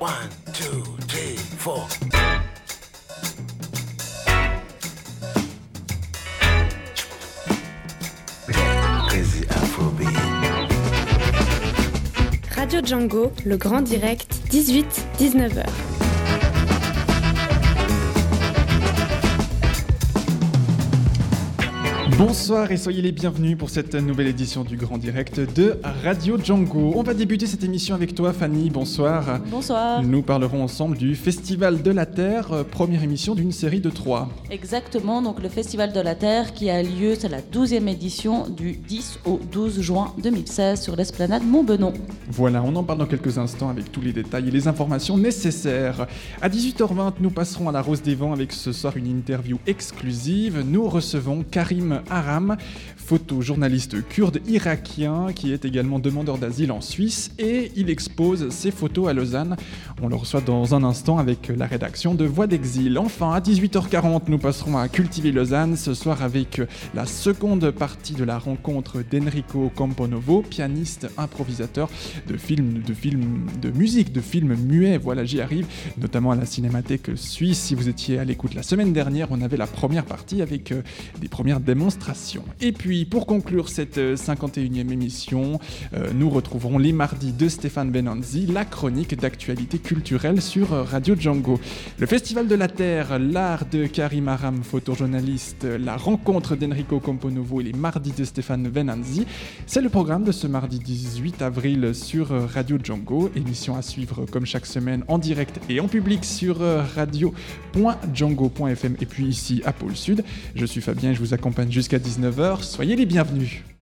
1, 2, 3, 4. Crazy Afrobeat. Radio Django, le grand direct, 18-19h. Bonsoir et soyez les bienvenus pour cette nouvelle édition du Grand Direct de Radio Django. On va débuter cette émission avec toi Fanny, bonsoir. Bonsoir. Nous parlerons ensemble du Festival de la Terre, première émission d'une série de 3. Exactement, donc le Festival de la Terre qui a lieu, c'est la 12e édition du 10 au 12 juin 2016 sur l'esplanade Montbenon. Voilà, on en parle dans quelques instants avec tous les détails et les informations nécessaires. À 18h20, nous passerons à la Rose des Vents avec ce soir une interview exclusive. Nous recevons Karim Aram, photojournaliste kurde irakien qui est également demandeur d'asile en Suisse et il expose ses photos à Lausanne. On le reçoit dans un instant avec la rédaction de Voix d'Exil. Enfin, à 18h40, nous passerons à Cultiver Lausanne ce soir avec la seconde partie de la rencontre d'Enrico Camponovo, pianiste, improvisateur de musique, de films muets. Voilà, j'y arrive, notamment à la Cinémathèque suisse. Si vous étiez à l'écoute la semaine dernière, on avait la première partie avec des premières démonstrations. Et puis, pour conclure cette 51e émission, nous retrouverons les mardis de Stéphane Benanzi, la chronique d'actualité culturelle sur Radio Django. Le Festival de la Terre, l'art de Karim Aram, photojournaliste, la rencontre d'Enrico Camponovo et les mardis de Stéphane Benanzi. C'est le programme de ce mardi 18 avril sur Radio Django. Émission à suivre comme chaque semaine en direct et en public sur radio.django.fm et puis ici à Pôle Sud. Je suis Fabien et je vous accompagne jusqu'à 19h. Soyez les bienvenus.